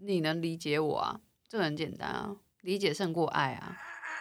你能理解我啊，这很简单啊，理解胜过爱啊。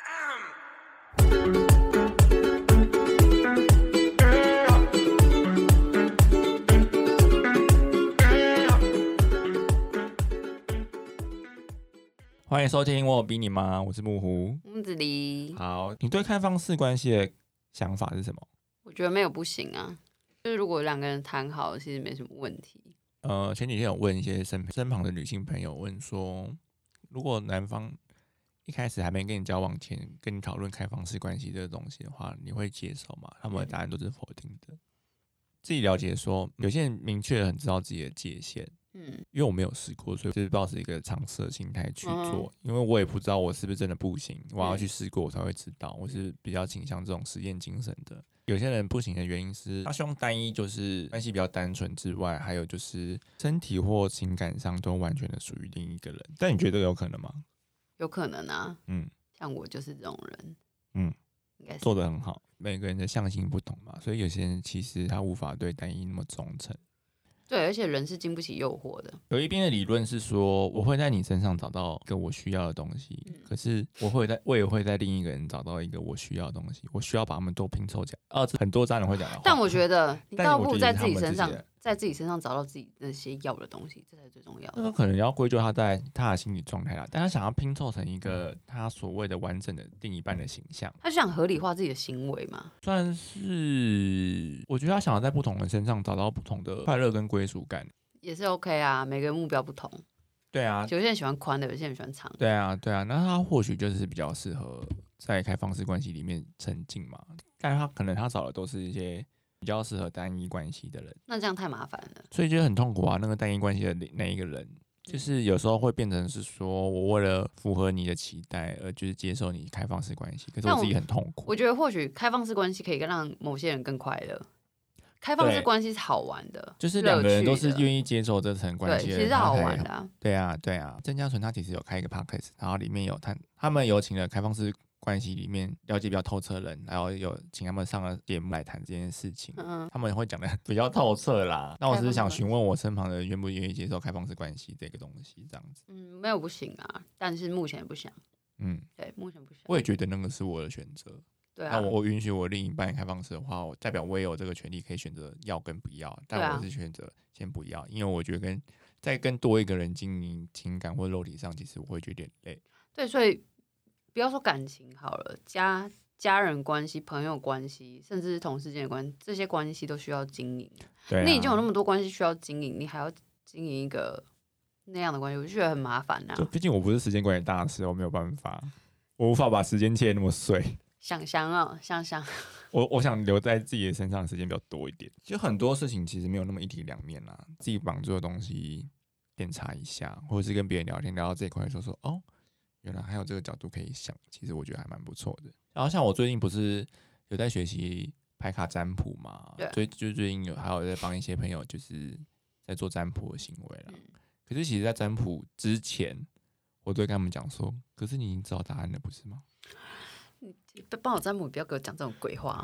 欢迎收听我有逼你吗？我是木狐。 木子梨， 好，你对开放式关系的想法是什么？ 我觉得没有不行啊，就是如果两个人谈好，其实没什么问题。 前几天有问一些身旁的女性朋友，问说，如果男方一开始还没跟你交往前，跟你讨论开放式关系这个东西的话，你会接受吗？他们的答案都是否定的。自己了解说，有些人明确很知道自己的界限。因为我没有试过，所以就是抱持一个尝试的心态去做。因为我也不知道我是不是真的不行，我要去试过我才会知道。我是比较倾向这种实验精神的。有些人不行的原因是他希望单一，就是关系比较单纯之外，还有就是身体或情感上都完全的属于另一个人。但你觉得有可能吗？ 有可能啊，像我就是这种人，应该是做得很好。每个人的相性不同嘛，所以有些人其实他无法对单一那么忠诚。 对，而且人是经不起诱惑的。 有一边的理论是说，我会在你身上找到一个我需要的东西，可是我也会在另一个人找到一个我需要的东西，我需要把他们都拼凑起来。这很多渣男会讲的话。 但我觉得你倒不如在自己身上，找到自己那些要的东西，这才是最重要的。 那可能要归咎他在他的心理状态啦，但他想要拼凑成一个他所谓的完整的另一半的形象， 他就想合理化自己的行为嘛。 算是我觉得他想要在不同人身上找到不同的快乐跟归属感， 也是 OK 啊，每个人目标不同。 对啊， 有些人喜欢宽的，有些人喜欢长的。 对啊，那他或许就是比较适合在开放式关系里面沉浸嘛，但是他可能他找的都是一些比较适合单一关系的人， 那这样太麻烦了， 所以就很痛苦啊。那个单一关系的那一个人，就是有时候会变成是说我为了符合你的期待而就是接受你开放式关系，可是我自己很痛苦。 我觉得或许开放式关系可以让某些人更快乐。开放式关系是好玩的， 就是两个人都是愿意接受这层关系的， 对，其实是好玩的啊。 对啊。郑家纯他其实有开一个 podcast， 然后里面有他们有请了开放式关系里面了解比较透彻的人，然后有请他们上了节目来谈这件事情，他们会讲的比较透彻啦。那我只是想询问我身旁的人愿不愿意接受开放式关系这个东西，这样子。 没有不行啊，但是目前不想。对，目前不想。 我也觉得那个是我的选择。 对啊， 那我允许我另一半开放式的话，代表我也有这个权利可以选择要跟不要，但我是选择先不要，因为我觉得再跟多一个人经营情感或肉体上，其实我会觉得有点累。 对，所以不要说感情好了，家人关系、朋友关系，甚至是同事间的关系，这些关系都需要经营。 对啊， 你已经有那么多关系需要经营，你还要经营一个那样的关系，我就觉得很麻烦啊。 就毕竟我不是时间管理大师，我没有办法，我无法把时间切那么碎。 想我想留在自己的身上的时间比较多一点。就很多事情其实没有那么一体两面啦，自己绑住的东西检查一下，或者是跟别人聊天聊到这一块说哦，原来还有这个角度可以想，其实我觉得还蛮不错的。然后像我最近不是有在学习牌卡占卜嘛，所以就最近还有在帮一些朋友就是在做占卜的行为啦。可是其实在占卜之前，我都会跟他们讲说，可是你已经知道答案了不是吗？ 帮我占卜，不要给我讲这种鬼话。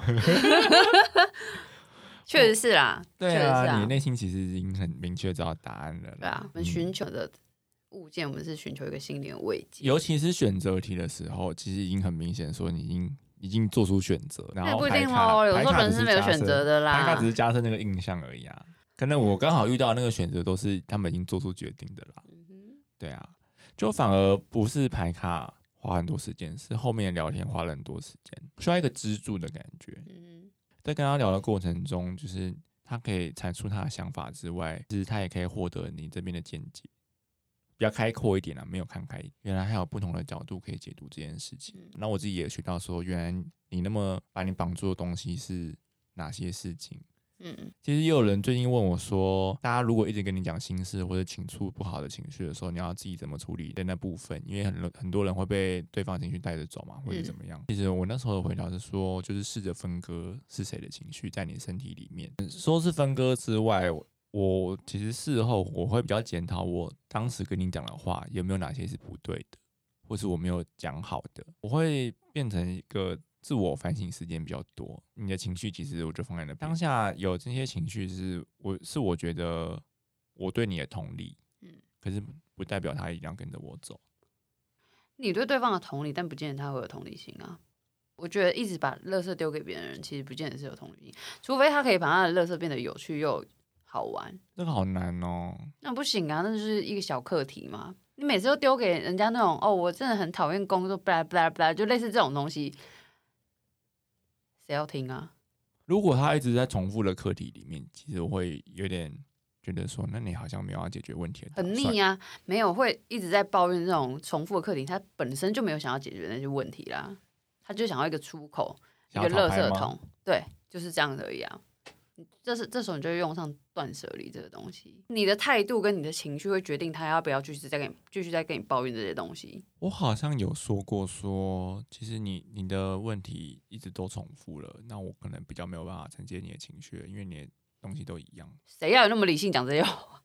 确实是啦， 对啊，你内心其实已经很明确知道答案了。 对啊，我们寻求的物件，我们是寻求一个心灵的慰藉。 尤其是选择题的时候，其实已经很明显说你已经做出选择，然后不一定哦，有时候人是没有选择的啦。 牌卡只是加深那个印象而已啊。可能我刚好遇到那个选择都是他们已经做出决定的啦。对啊，就反而不是牌卡花很多时间，是后面的聊天花了很多时间，需要一个支柱的感觉。在跟他聊的过程中，就是他可以阐述他的想法之外，其实他也可以获得你这边的见解，比较开阔一点啦，没有看开，原来还有不同的角度可以解读这件事情。那我自己也学到说，原来你那么把你绑住的东西是哪些事情。其实也有人最近问我说，大家如果一直跟你讲心事或者倾诉不好的情绪的时候，你要自己怎么处理的那部分？因为很多人会被对方情绪带着走嘛，或者怎么样。其实我那时候的回答是说，就是试着分割是谁的情绪在你身体里面。说是分割之外，我其实事后我会比较检讨我当时跟你讲的话有没有哪些是不对的，或是我没有讲好的，我会变成一个自我反省时间比较多。你的情绪其实我就放在那边，当下有这些情绪是我觉得我对你的同理， 可是不代表他一定要跟着我走。 你对对方的同理，但不见得他会有同理心啊。我觉得一直把垃圾丢给别人，其实不见得是有同理心，除非他可以把他的垃圾变得有趣又好玩。 这个好难哦。 那不行啊，那就是一个小课题嘛。你每次都丢给人家那种我真的很讨厌工作，blah blah blah，就类似这种东西，谁要听啊？ 如果他一直在重复的课题里面，其实我会有点觉得说，那你好像没有要解决问题的打算， 很腻啊。没有，会一直在抱怨这种重复的课题，他本身就没有想要解决那些问题啦，他就想要一个出口，一个垃圾桶，对，就是这样的而已啊。这时候你就会用上断舍离这个东西，你的态度跟你的情绪会决定他要不要继续再跟你抱怨这些东西。 我好像有说过说，其实你的问题一直都重复了，那我可能比较没有办法承接你的情绪了，因为你的东西都一样。 谁要有那么理性讲这些话？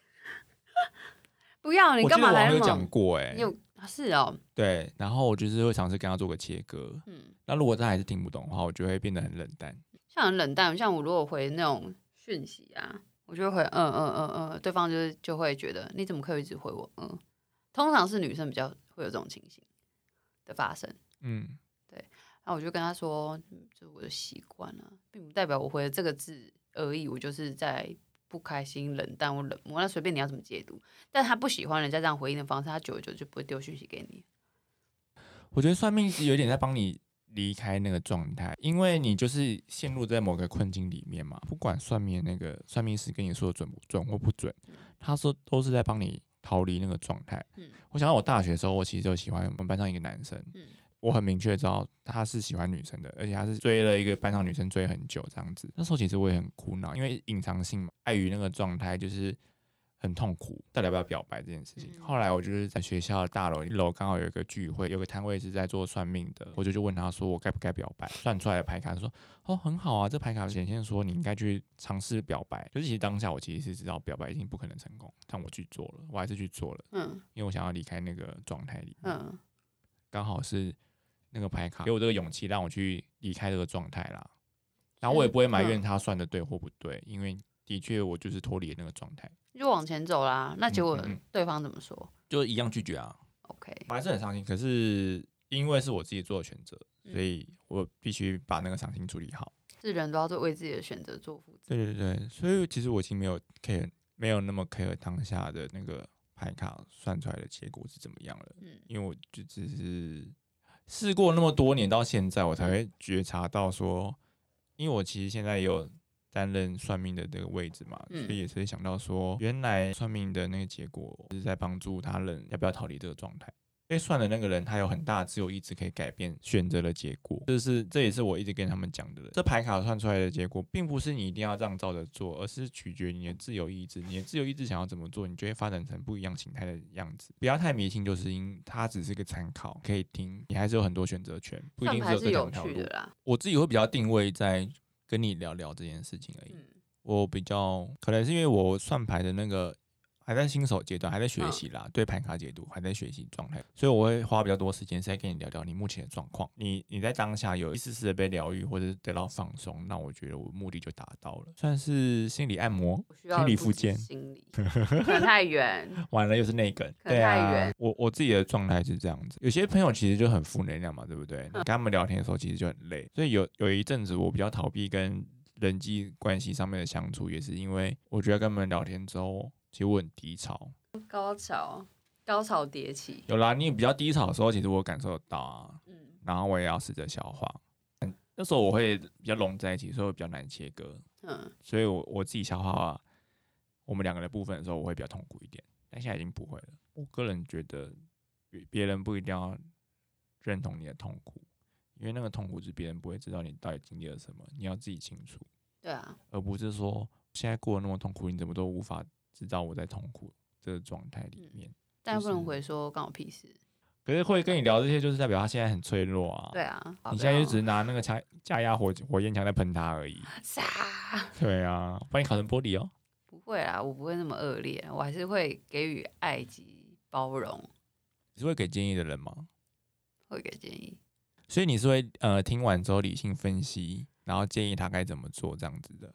不要，你干嘛还那么？ 我记得网友讲过你有是哦， 对，然后我就是会尝试跟他做个切割。那如果他还是听不懂的话，我就会变得很冷淡。 像很冷淡，像我如果回那种讯息啊，我就会回对方就会觉得你怎么可以一直回我通常是女生比较会有这种情形的发生。对，那我就跟他说，这是我的习惯啊，并不代表我回了这个字而已，我就是在不开心、冷淡或冷漠，那随便你要怎么解读。但他不喜欢人家这样回应的方式，他久而久之就不会丢讯息给你。 我觉得算命是有点在帮你离开那个状态，因为你就是陷入在某个困境里面嘛。不管算命那个算命师跟你说的准或不准，他说都是在帮你逃离那个状态。我想到我大学的时候，我其实就喜欢我们班上一个男生，我很明确知道他是喜欢女生的，而且他是追了一个班上女生追很久这样子。那时候其实我也很苦恼，因为隐藏性嘛，碍于那个状态就是很痛苦，到底要不要表白这件事情。后来我就是在学校的大楼1楼刚好有一个聚会，有个摊位是在做算命的，我就问他说我该不该表白。算出来的牌卡说很好啊，这牌卡显现说你应该去尝试表白。就是其实当下我其实是知道表白已经不可能成功，但我去做了，我还是去做了。因为我想要离开那个状态里面。刚好是那个牌卡给我这个勇气，让我去离开这个状态啦。然后我也不会埋怨他算的对或不对，因为的确我就是脱离那个状态， 就往前走啦。那结果对方怎么说？ 就一样拒绝啊。 OK， 我还是很伤心，可是因为是我自己做的选择，所以我必须把那个伤心处理好。 是人都要为自己的选择做负责。 对对对，所以其实我已经没有那么 care 当下的那个牌卡算出来的结果是怎么样了。因为我就只是试过那么多年到现在，我才会觉察到说，因为我其实现在也有担任算命的这个位置嘛，所以也是想到说，原来算命的那个结果是在帮助他人要不要逃离这个状态。被算的那个人，他有很大的自由意志可以改变选择的结果，这也是我一直跟他们讲的。这牌卡算出来的结果，并不是你一定要这样照着做，而是取决于你的自由意志。你的自由意志想要怎么做，你就会发展成不一样形态的样子。不要太迷信，就是它只是个参考，可以听，你还是有很多选择权，不一定只有这两条路。我自己会比较定位在跟你聊聊这件事情而已。我比较可能是因为我算牌的那个还在新手阶段，还在学习啦，对牌卡解读还在学习状态，所以我会花比较多时间是在跟你聊聊你目前的状况。你在当下有一丝丝的被疗愈或者是得到放松，那我觉得我目的就达到了，算是心理按摩、心理复健。 心理可能太远， 完了又是内梗，对啊，我自己的状态是这样子。有些朋友其实就很负能量嘛，对不对？你跟他们聊天的时候其实就很累，所以有一阵子我比较逃避跟人际关系上面的相处，也是因为我觉得跟他们聊天之后，其实我很低潮，高潮迭起。有啦，你比较低潮的时候，其实我感受得到啊。然后我也要试着消化。那时候我会比较拢在一起，所以我比较难切割。所以我自己消化我们两个的部分的时候，我会比较痛苦一点。但现在已经不会了。我个人觉得，别人不一定要认同你的痛苦，因为那个痛苦是别人不会知道你到底经历了什么，你要自己清楚。对啊，而不是说现在过得那么痛苦，你怎么都无法知道我在痛苦这个状态里面。但不能回说关我屁事。可是会跟你聊这些，就是代表他现在很脆弱啊。对啊，你现在就只是拿那个加压火焰枪在喷他而已。傻。对啊，把你烤成玻璃哦。不会啦，我不会那么恶劣，我还是会给予爱及包容。你是会给建议的人吗？会给建议。所以你是会听完之后理性分析，然后建议他该怎么做这样子的。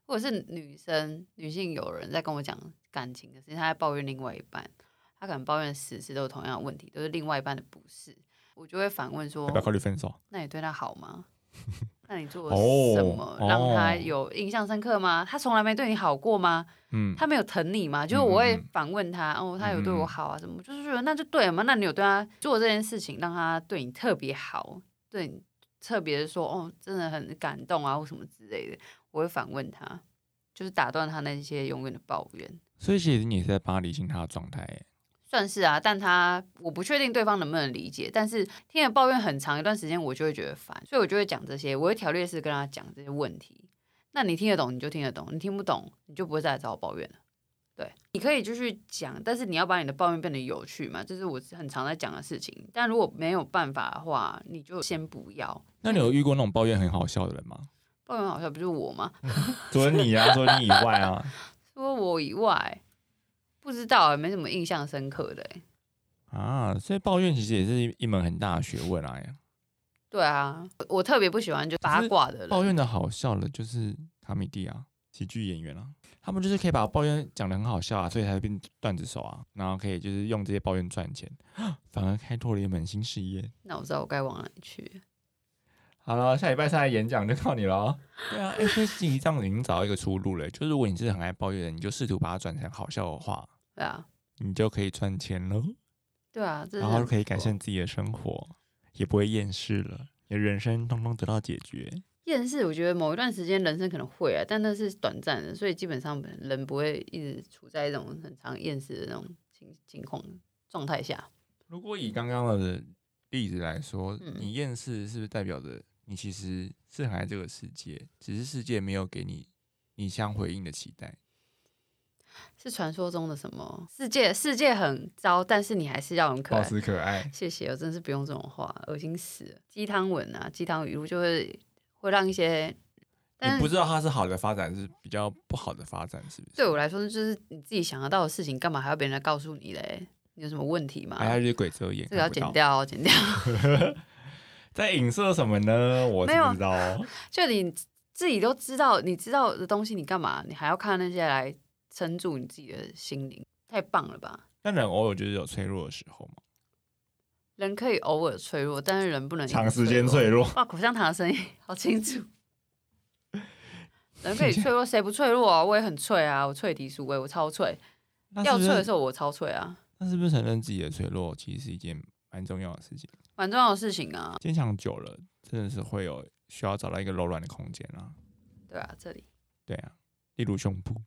或者是女性有人在跟我讲感情的事情，她在抱怨另外一半，她可能抱怨10次都是同样的问题，都是另外一半的不是，我就会反问说， 要不要考虑分手？ 那你对他好吗？那你做了什么让他有印象深刻吗？他从来没对你好过吗？他没有疼你吗？就是我会反问他，他有对我好啊什么？就是觉得那就对了嘛。那你有对他做这件事情，让他对你特别好，对你特别说真的很感动啊或什么之类的，我会反问他，就是打断他那些永远的抱怨。 所以其实你也是在帮他理清他的状态。 算是啊，但我不确定对方能不能理解，但是听了抱怨很长一段时间，我就会觉得烦，所以我就会讲这些，我会条列式跟他讲这些问题。那你听得懂你就听得懂，你听不懂你就不会再来找我抱怨了。对，你可以继续讲，但是你要把你的抱怨变得有趣嘛，这是我很常在讲的事情。但如果没有办法的话，你就先不要。 那你有遇过那种抱怨很好笑的人吗？ 抱怨很好笑不就是我吗？ 除了你啊，除了你以外啊， 除了我以外，不知道没什么印象深刻的所以抱怨其实也是一门很大的学问啊。 对啊，我特别不喜欢就八卦的人。 抱怨的好笑的就是卡米蒂啊，喜剧演员啊，他们就是可以把抱怨讲得很好笑啊，所以才会变段子手啊，然后可以就是用这些抱怨赚钱，反而开拓了一门新事业。 那我知道我该往哪里去。 好了，下礼拜上来演讲就靠你了。对啊，所以其实这样已经找到一个出路了。就是如果你是很爱抱怨的人，你就试图把它转成好笑的话， 对啊， 你就可以赚钱了。 对啊， 然后可以改善自己的生活，也不会厌世了，你的人生通通得到解决。 厌世，我觉得某一段时间人生可能会啊，但那是短暂的，所以基本上人不会一直处在一种很常厌世的那种情况状态下。 如果以刚刚的例子来说，你厌世是不是代表着你其实是很爱这个世界，只是世界没有给你相回应的期待？ 是传说中的什么世界很糟，但是你还是要很可爱， 保持可爱。 谢谢，我真是不用这种话，恶心死了。鸡汤文啊，鸡汤语录就会让一些， 你不知道它是好的发展，是比较不好的发展，是不是？ 对我来说，就是你自己想得到的事情，干嘛还要别人来告诉你嘞？你有什么问题吗？ 还是鬼遮眼， 这个要剪掉，剪掉。 在影射什么呢？我是不知道。 就你自己都知道，你知道的东西，你干嘛？你还要看那些来撑住你自己的心灵？太棒了吧！ 但人偶尔就是有脆弱的时候嘛。 人可以偶尔脆弱，但是人不能长时间脆弱。 哇，口香糖的声音好清楚。人可以脆弱，谁不脆弱啊？我也很脆啊，我脆皮酥我超脆。要脆的时候我超脆啊。 那是不是承认自己的脆弱，其实是一件蛮重要的事情？ 蛮重要的事情啊。 坚强久了，真的是会有需要找到一个柔软的空间啊。 对啊，这里。 对啊，例如胸部，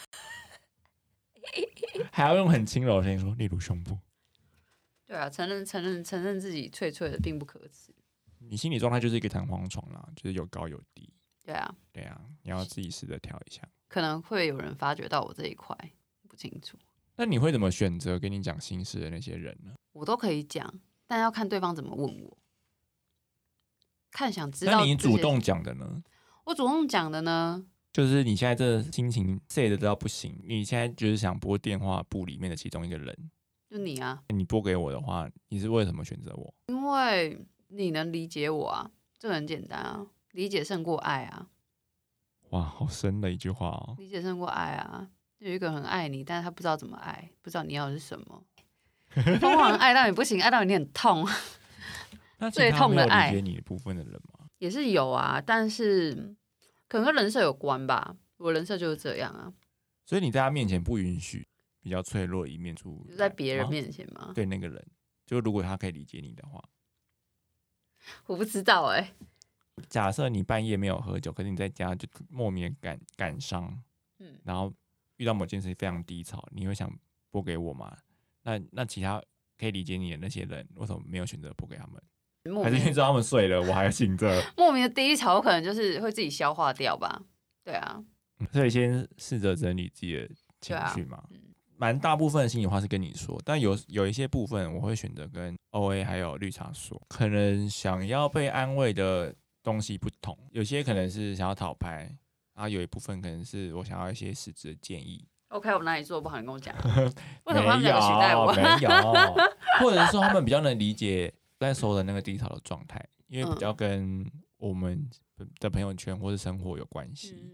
还要用很轻柔的声音说，例如胸部。 对啊，承认自己脆脆的并不可耻。 你心理状态就是一个弹簧床啦，就是有高有低。 对啊， 对啊，你要自己试着调一下。 可能会有人发觉到我这一块，不清楚。 那你会怎么选择跟你讲心事的那些人呢？ 我都可以讲，但要看对方怎么问我。看想知道。 那你主动讲的呢？ 我主动讲的呢， 就是你现在这心情 sad 到不行，你现在就是想拨电话簿里面的其中一个人， 就你啊。 你拨给我的话，你是为什么选择我？ 因为你能理解我啊，这很简单啊，理解胜过爱啊。 哇，好深的一句话哦。 理解胜过爱啊。有一个人很爱你，但是他不知道怎么爱，不知道你要的是什么。疯狂爱到你不行，爱到你很痛。最痛的爱。 理解你的部分的人吗？ 也是有啊，但是可能跟人设有关吧。我人设就是这样啊。 所以你在他面前不允许比较脆弱的一面出来， 在别人面前吗？ 对那个人，就如果他可以理解你的话。 我不知道假设你半夜没有喝酒，可是你在家就莫名感伤，然后遇到某件事非常低潮，你会想拨给我吗？那其他可以理解你的那些人，为什么没有选择拨给他们？还是因为知道他们睡了，我还醒着？ 莫名的低潮，可能就是会自己消化掉吧。对啊， 所以先试着整理自己的情绪嘛。蛮大部分的心里话是跟你说，但有一些部分我会选择跟 OA 还有绿茶说，可能想要被安慰的东西不同，有些可能是想要讨拍，然后有一部分可能是我想要一些实质的建议。 OK， 我哪里做不好，你跟我讲。为什么他们两个取代我？ 没有，或者是说他们比较能理解在说的那个低潮的状态，因为比较跟我们的朋友圈或是生活有关系。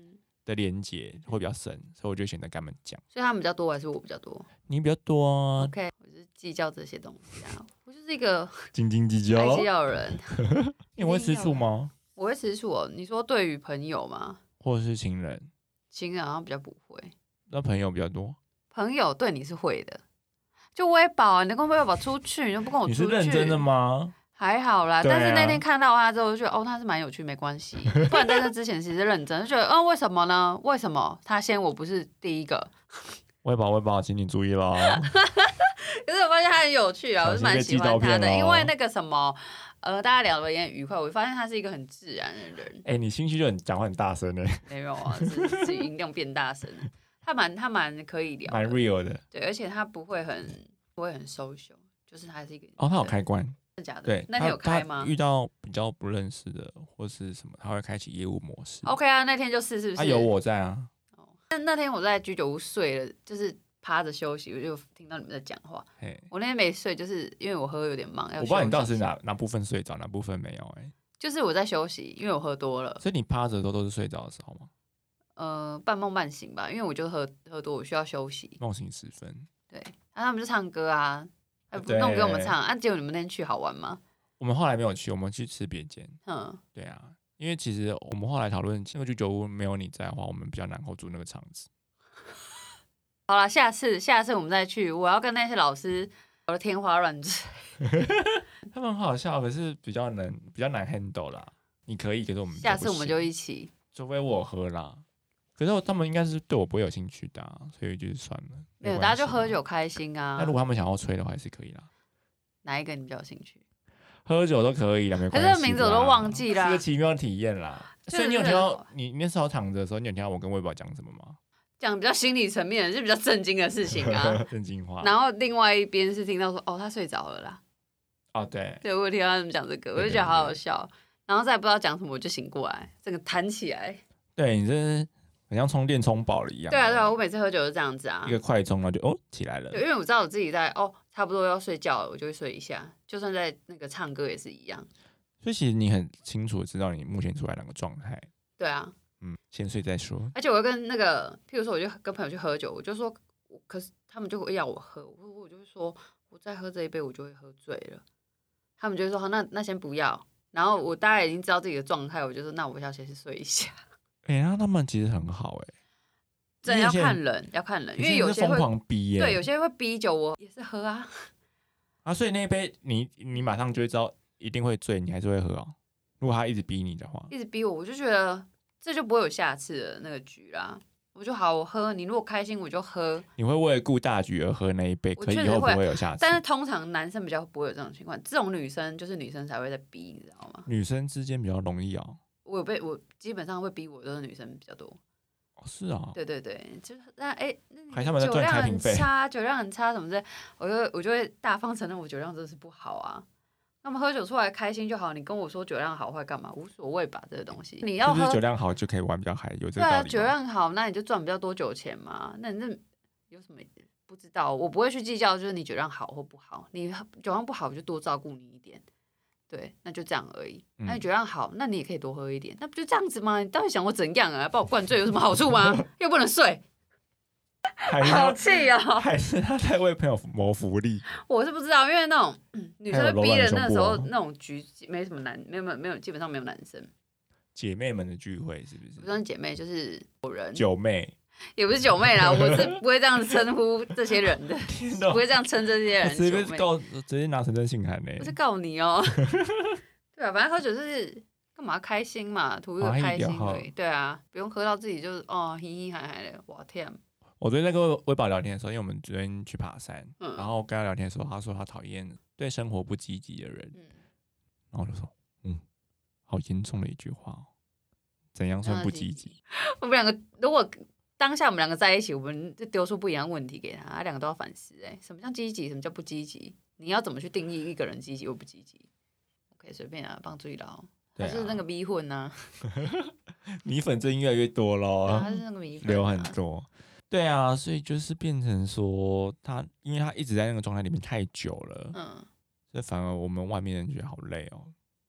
的连结会比较深，所以我就选择跟他们讲。 所以他们比较多还是我比较多你比较多啊 ？OK，我就是计较这些东西啊，我就是一个斤斤计较。 爱计较的人。 你会吃醋吗？ 我会吃醋哦。你说对于朋友吗？ 或者是情人？ 情人好像比较不会， 那朋友比较多。 朋友对你是会的。就微宝，你跟微宝出去，你就不跟我出去。 你是认真的吗？ 还好啦， 啊、 但是那天看到他之后，我就觉得他是蛮有趣，没关系。不然在这之前其实认真，就觉得为什么呢？为什么他先我不是第一个？ 微宝，请你注意咯。 可是我发现他很有趣啊，我是蛮喜欢他的，因为那个什么，大家聊得也很愉快。我发现他是一个很自然的人。 你心虚就讲话很大声没有啊，是音量变大声。他蛮可以聊， 蛮 real 的。 对，而且他不会很 social， 就是他是一个他有开关。 真的假的？ 对， 那天有开吗？ 遇到比较不认识的或是什么，他会开启业务模式。 OK 啊，那天就是是不是？ 他有我在啊。 那天我在居酒屋睡了，就是趴着休息，我就听到你们在讲话。我那天没睡，就是因为我喝有点忙，我不知道你到底是哪部分睡着，哪部分没有就是我在休息，因为我喝多了。 所以你趴着都是睡着的时候吗？ 半梦半醒吧，因为我就喝多，我需要休息。 梦醒时分。 对，他们就唱歌啊，弄给我们唱。结果你们那天去好玩吗？ 我们后来没有去，我们去吃别间。对啊。因为其实我们后来讨论，那个居酒屋没有你在的话，我们比较难 hold 住那个场子。 好了，下次我们再去。我要跟那些老师聊的天花乱坠。 他们很好笑，可是比较难 handle 啦。你可以，可是我们下次我们就一起。 除非我喝啦，可是他们应该是对我不会有兴趣的所以就是算了。 没有，大家就喝酒开心啊。 那如果他们想要吹的话，还是可以啦。 哪一个你比较有兴趣？ 喝酒都可以啦，没关系。 可是名字我都忘记了， 是个奇妙体验啦。所以你有听到你那时候躺着的时候，你有听到我跟微宝讲什么吗？ 讲比较心理层面的，是比较震惊的事情啊， 震惊话。 然后另外一边是听到说，他睡着了啦。 对， 对，我有听到他们讲这个，我就觉得好好笑。然后再不知道讲什么，我就醒过来，整个弹起来。 对，你真是很像充电充饱了一样。 对啊，我每次喝酒都这样子啊， 一个快充，然后就起来了。 对，因为我知道我自己在差不多要睡觉了，我就会睡一下，就算在那个唱歌也是一样。 所以其实你很清楚知道你目前处在哪个状态。 对啊， 先睡再说。 而且我会跟那个，譬如说，我就跟朋友去喝酒，我就说，可是他们就会要我喝，我就会说，我再喝这一杯，我就会喝醉了。他们就会说，好，那先不要。然后我大概已经知道自己的状态，我就说，那我要先去睡一下。 那他们其实很好真的要看人，因为有些疯狂逼对，有些会逼酒，我也是喝啊。 所以那一杯你马上就会知道一定会醉，你还是会喝如果他一直逼你的话， 一直逼我就觉得这就不会有下次的那个局啦。我就好，我喝，你如果开心我就喝。 你会为了顾大局而喝那一杯，可以后不会有下次。 但是通常男生比较不会有这种情况，这种女生就是女生才会在逼，你知道吗？ 女生之间比较容易我基本上会逼我都是女生比较多。 是啊。 对，就是还他们在赚开瓶费， 酒量很差什么的，我就会大方承认我酒量真的是不好啊。那么喝酒出来开心就好，你跟我说酒量好坏干嘛？无所谓吧，这个东西。你要喝酒量好就可以玩比较嗨，有这个道理吗？ 对啊，酒量好，那你就赚比较多酒钱嘛。那你这有什么不知道？我不会去计较，就是你酒量好或不好。你酒量不好，我就多照顾你一点。对，那就这样而已。那你酒量好，那你也可以多喝一点。那不就这样子吗？你到底想我怎样啊？把我灌醉有什么好处吗？又不能睡。好气哦！ 还是他在为朋友谋福利？ 我是不知道，因为那种女生逼的那时候那种局没什么没有，基本上没有男生。 姐妹们的聚会是不是？ 不算姐妹，就是有人九妹， 也不是九妹啦，我是不会这样称呼这些人的，不会这样称这些人。 直接拿成真信函呢？ 不是告你哦。对啊，反正喝酒就是干嘛开心嘛，图一个开心而已。对啊，不用喝到自己就是嘻嘻嗨嗨的，哇天！ 我昨天在跟微宝聊天的时候，因为我们昨天去爬山，然后跟他聊天的时候，他说他讨厌对生活不积极的人，然后我就说，好严重的一句话怎样算不积极？ 我们两个如果当下我们两个在一起，我们就丢出不一样的问题给他，他两个都要反思。什么叫积极？什么叫不积极？你要怎么去定义一个人积极或不积极 ？OK， 随便啊，帮助一劳。他是那个迷混啊， 米粉最近越来越多咯， 他是那个米粉流很多。对啊，所以就是变成说因为他一直在那个状态里面太久了，所以反而我们外面人觉得好累哦。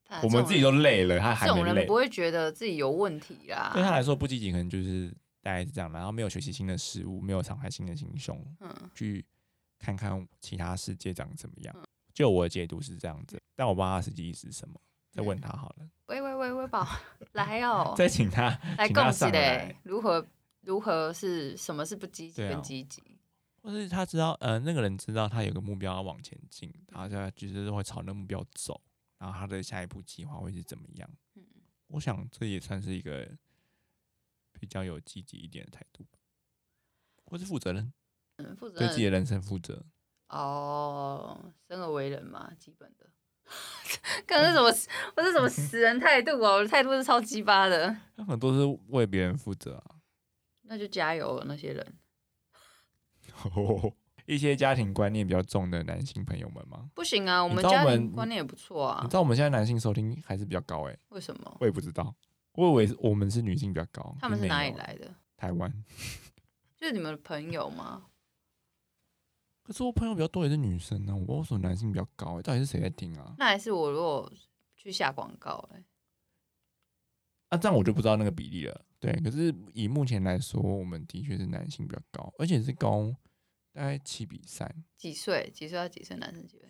我们自己都累了，他还没累。 这种人不会觉得自己有问题啦。 对他来说，不积极可能就是大概是这样，然后没有学习新的事物，没有敞开新的心胸，去看看其他世界长怎么样。就我的解读是这样子，但我不知道他实际意思是什么，再问他好了。 微宝来哦， 再请他来请他共识上来嘞，如何是什么是不积极跟积极？ 或是他知道，那个人知道他有个目标要往前进，然后他就是会朝那个目标走，然后他的下一步计划会是怎么样？我想这也算是一个比较有积极一点的态度，或是负责任，对自己的人生负责。 哦，生而为人嘛，基本的。可能是什么？不是什么死人态度哦，我的态度是超鸡巴的。 那很多是为别人负责啊。 那就加油了，那些人。 一些家庭观念比较重的男性朋友们吗？ 不行啊，我们家庭观念也不错啊。 你知道我们现在男性收听还是比较高为什么？ 我也不知道，我以为我们是女性比较高。 他们是哪里来的？ 台湾。 就是你们的朋友吗？ 可是我朋友比较多也是女生啊，我不知道为什么男性比较高到底是谁在听啊？ 那还是我如果去下广告这样我就不知道那个比例了。对，可是以目前来说，我们的确是男性比较高，而且是高大概7:3。 几岁到几岁？男生几岁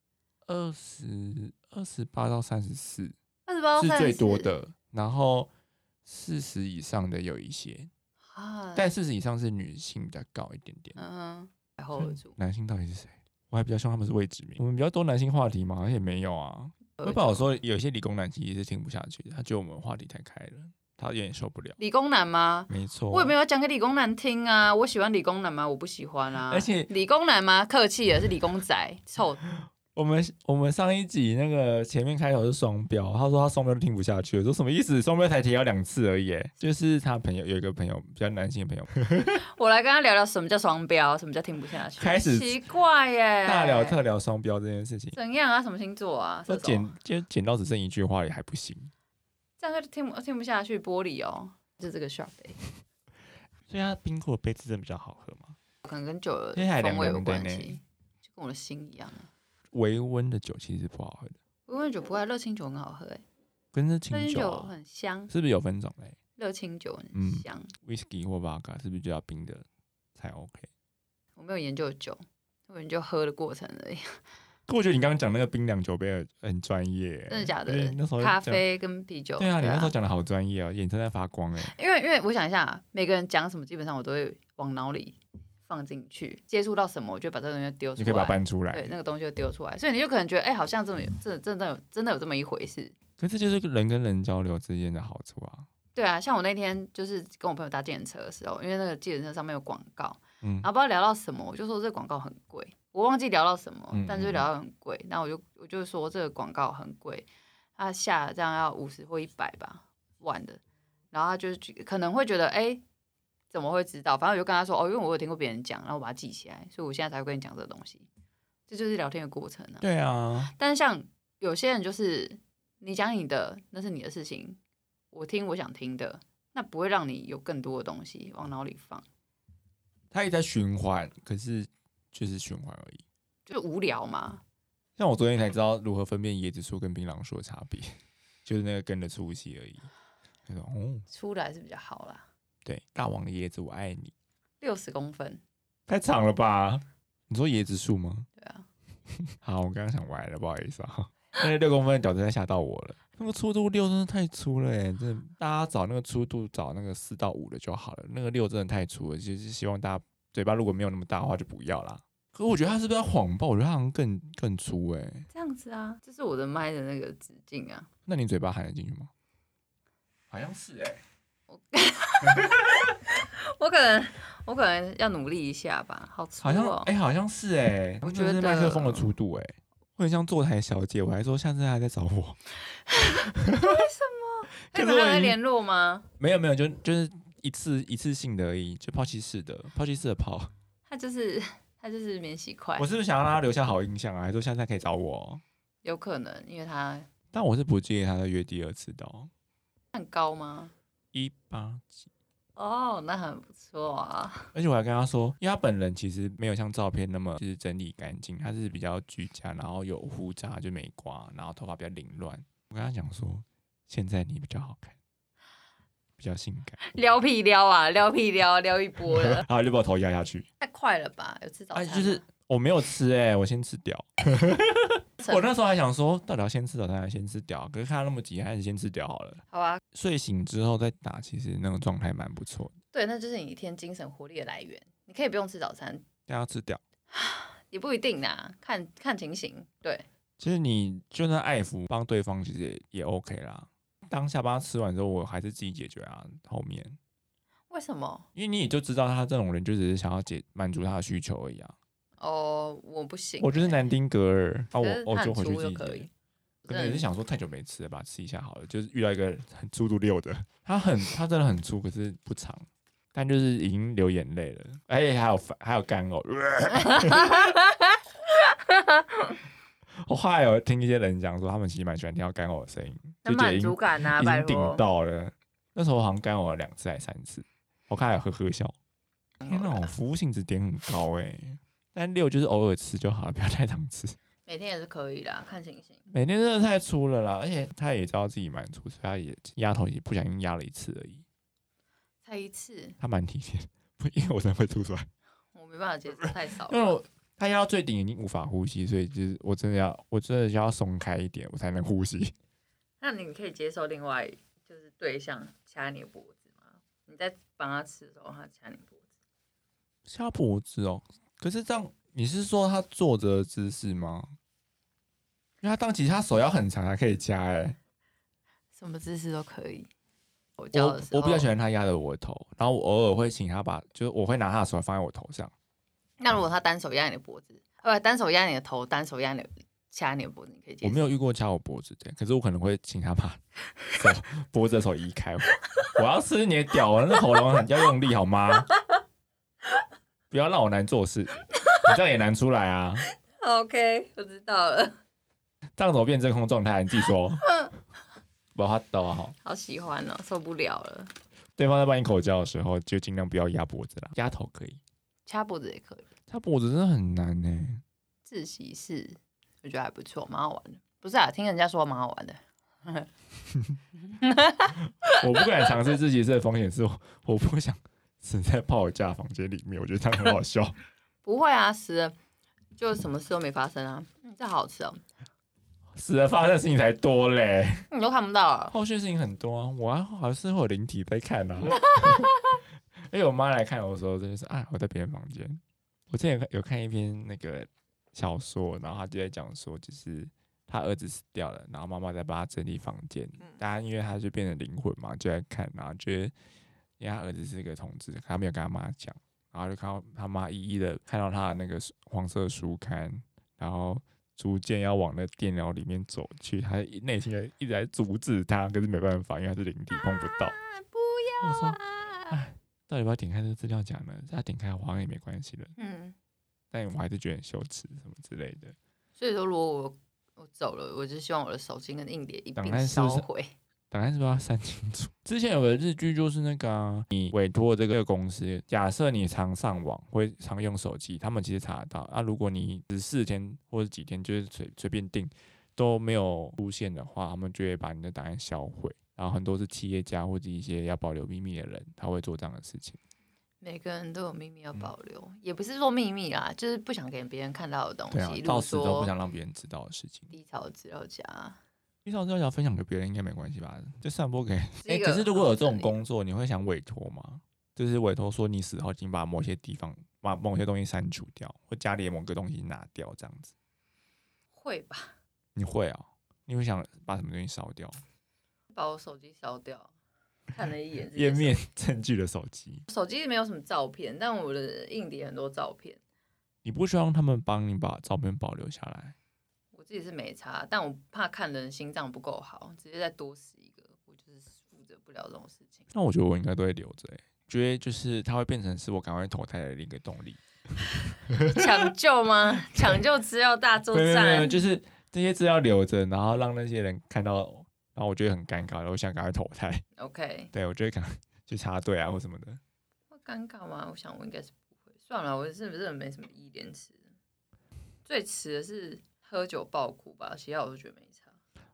？28到34，28 到34 是最多的，然后40以上的有一些，但40以上是女性比较高一点点。男性到底是谁？我还比较希望他们是未知名。我们比较多男性话题嘛，而且没有啊。我爸我说有些理工男其实是听不下去的，他觉得我们话题太开了，他有点受不了。 理工男吗？ 没错， 我也没有讲给理工男听啊。我喜欢理工男吗？我不喜欢啊。 而且理工男吗？客气了，是理工仔，臭。 我们上一集那个前面开头是双标，他说他双标都听不下去，我说什么意思？双标才提到2次而已，就是他朋友有一个朋友比较男性的朋友，我来跟他聊聊什么叫双标，什么叫听不下去。 开始奇怪耶， 大聊特聊双标这件事情。 怎样啊？什么星座啊？ 就剪到只剩一句话也还不行， 这样就听不下去。玻璃哦，就是这个 shot 所以他冰过的杯子真的比较好喝吗？ 可能跟酒的风味有关系，就跟我的心一样。 微温的酒其实不好喝的， 微温的酒不会，热清酒很好喝跟热清酒很香， 是不是有分种类？ 热清酒很香 ，whisky 或 vodka 是不是就要冰的才 OK？ 我没有研究酒，我研究喝的过程而已。 可我觉得你刚刚讲那个冰凉酒杯很专业， 真的假的？ 那时候咖啡跟啤酒， 对啊，你那时候讲的好专业啊，眼睛在发光因为我想一下，每个人讲什么，基本上我都会往脑里放进去，接触到什么，我就把这个东西丢出来， 你可以把它搬出来， 对，那个东西就丢出来，所以你就可能觉得，好像真的有这么一回事。 可是这就是人跟人交流之间的好处啊。 对啊，像我那天就是跟我朋友搭计程车的时候，因为那个计程车上面有广告，然后不知道聊到什么，我就说这个广告很贵，我忘记聊到什么，但是就聊到很贵，然后我就说这个广告很贵，他下这样要50或100吧万的，然后他就可能会觉得怎么会知道？反正我就跟他说因为我有听过别人讲，然后我把它记起来，所以我现在才会跟你讲这个东西。这就是聊天的过程啊。 对啊。 但是像有些人就是你讲你的，那是你的事情，我听我想听的，那不会让你有更多的东西往脑里放。 他一直在循环，可是就是循环而已， 就无聊嘛。 像我昨天才知道如何分辨椰子树跟槟榔树的差别，就是那个根的粗细而已。那种出来是比较好啦。 对，大王的椰子我爱你 ，60公分， 太长了吧？你说椰子树吗？ 对啊。 好，我刚刚想歪了，不好意思啊。那6公分的屌真的吓到我了，那个粗度6真的太粗了真的，大家找那个粗度找那个4到5的就好了，那个6真的太粗了，就是希望大家嘴巴如果没有那么大的话就不要啦。可我觉得他是不是要谎报？我觉得他好像更粗这样子啊，这是我的麦的那个直径啊。 那你嘴巴含得进去吗？好像是我可能要努力一下吧，好粗好像是我觉得是麦克风的粗度我很像坐台小姐，我还说下次他在找我。 为什么？你们还有在联络吗？ 没有，就是一次性的而已，就抛弃式的抛。 他就是免洗筷。 我是不是想让他留下好印象啊？还说下次可以找我？ 有可能，因为他。 但我是不介意他再约第2次的很高吗 ？180几。 那很不错啊。 而且我还跟他说，因为他本人其实没有像照片那么整理干净，他是比较居家，然后有胡渣就没刮，然后头发比较凌乱。 我跟他讲说，现在你比较好看，比较性感。 撩屁撩啊，撩屁撩一波了， 然后就把我头压下去。 太快了吧？有吃早餐吗？ 就是我没有吃我先吃掉。我那时候还想说，到底要先吃早餐还是先吃掉？可是看他那么急，还是先吃掉好了。 好啊， 睡醒之后再打，其实那个状态蛮不错的。 对，那就是你一天精神活力的来源。你可以不用吃早餐， 但要吃掉也不一定啦，看情形。对， 其实你就算爱抚帮对方，其实也 OK 啦。当下帮他吃完之后，我还是自己解决啊。后面为什么？ 因为你也就知道他这种人就只是想要满足他的需求而已啊。 哦，我不行， 我就是南丁格尔啊，我就回去自己可以。 可能也是想说太久没吃了吧，吃一下好了。就是遇到一个很粗度6的，他真的很粗，可是不长，但就是已经流眼泪了，而且还有干呕。我后来有听一些人讲说，他们其实蛮喜欢听到干呕的声音，就觉得满足感啊， 已经顶到了。那时候我好像干呕了2次还是3次，我看还有呵笑。天哪，我服务性质点很高但6就是偶尔吃就好了，不要太常吃。 每天也是可以啦，看情形。 每天真的太粗了啦，而且他也知道自己蛮粗，所以他也压头也不小心压了1次而已。 才1次， 他蛮体贴，因为我真的会吐出来， 我没办法接受，太少了。 因为他压到最顶已经无法呼吸，所以就是我真的要松开一点，我才能呼吸。 那你可以接受另外就是对象掐你的脖子吗？你在帮他吃的时候，他掐你脖子。 掐脖子哦，可是这样你是说他坐着的姿势吗？因为其实他手要很长才可以掐什么姿势都可以。我比较喜欢他压着我的头，然后我偶尔会请他就是我会拿他的手放在我头上。 那如果他单手压你的脖子，单手压你的头，单手掐你的脖子，你可以接受？ 我没有遇过掐我脖子的，可是我可能会请他把脖子的手移开。我要吃你的屌，我那喉咙要用力好吗？不要让我难做事，你这样也难出来啊。 OK， 我知道了。 这样怎么变真空状态？你自己说。不要抖啊！ 好喜欢哦，受不了了。 对方在帮你口交的时候，就尽量不要压脖子啦，压头可以， 掐脖子也可以。 掐脖子真的很难自习室我觉得还不错，蛮好玩的。不是啊，听人家说蛮好玩的。 我不敢尝试自习室的风险是我不想死在泡脚架房间里面，我觉得这样很好笑。 不会啊，死了就什么事都没发生啊。这好好吃哦。 死了发生的事情才多嘞， 你都看不到啊。 后续事情很多啊，我还是会有灵体在看啊。因为我妈来看我的时候，真的是我在别人房间。我之前有看一篇那个小说，然后他就在讲说，就是他儿子死掉了，然后妈妈在帮他整理房间。大家因为他就变成灵魂嘛，就在看，然后觉得因为他儿子是个同志，他没有跟他妈讲，然后就看到他妈一一的看到他的那个黄色书刊，然后逐渐要往那电脑里面走去，他内心一直在阻止他，可是没办法，因为他是灵体碰不到。 不要我说，到底要不要点开这个资料讲呢？他点开好像也没关系了。但我还是觉得很羞耻什么之类的。 所以说，如果我走了，我就希望我的手机跟硬碟一并烧毁。 档案是不是要删清楚？之前有个日剧就是那个你委托这个公司，假设你常上网会常用手机，他们其实查得到。如果你14天或者几天就是随便订都没有出现的话，他们就会把你的档案销毁。然后很多是企业家或者一些要保留秘密的人，他会做这样的事情。 每个人都有秘密要保留，也不是说秘密啦，就是不想给别人看到的东西。 到死都不想让别人知道的事情。 低潮资料夹， 低潮资料夹分享给别人应该没关系吧？就散播给可是如果有这种工作，你会想委托吗？就是委托说你死后已经把某些地方把某些东西删除掉，或家里的某个东西拿掉这样子。 会吧？ 你会啊？你会想把什么东西烧掉？ 把我手机烧掉。看了一眼页面证据的手机， 手机没有什么照片，但我的硬碟很多照片。 你不希望他们帮你把照片保留下来？ 我自己是没差，但我怕看人心脏不够好，直接再多死一个，我就是负责不了这种事情。 那我觉得我应该都会留着觉得就是它会变成是我赶快投胎的一个动力。 抢救吗？抢救资料大作战？ 没有，就是这些资料留着，然后让那些人看到，然后我觉得很尴尬，然后我想赶快投胎。 OK， 对，我觉得可能去插队或什么的。 会尴尬吗？我想我应该是不会。算了，我是不是没什么依恋词？最迟的是喝酒爆哭吧，其他我都觉得没差。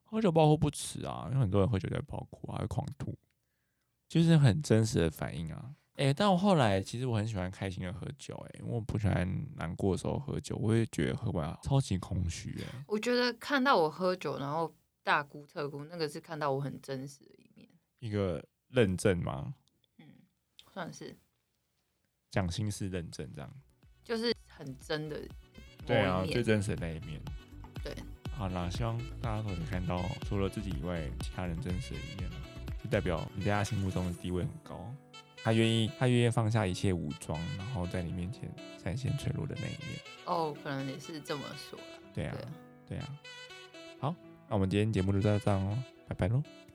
喝酒爆哭不耻啊，因为很多人喝酒就会爆哭啊，会狂吐，就是很真实的反应啊。但我后来其实我很喜欢开心的喝酒，因为我不喜欢难过的时候喝酒，我会觉得喝完超级空虚。 我觉得看到我喝酒然后大哭特哭，那个是看到我很真实的一面， 一个认证吗？ 算是讲心事认证这样， 就是很真的。 对啊，最真实的那一面。 对， 好啦，希望大家都能看到除了自己以外其他人真实的一面，就代表你在他心目中的地位很高。他愿意放下一切武装，然后在你面前展现脆弱的那一面。 可能也是这么说啦。 对啊。好，那我们今天节目就到这样哦，拜拜喽。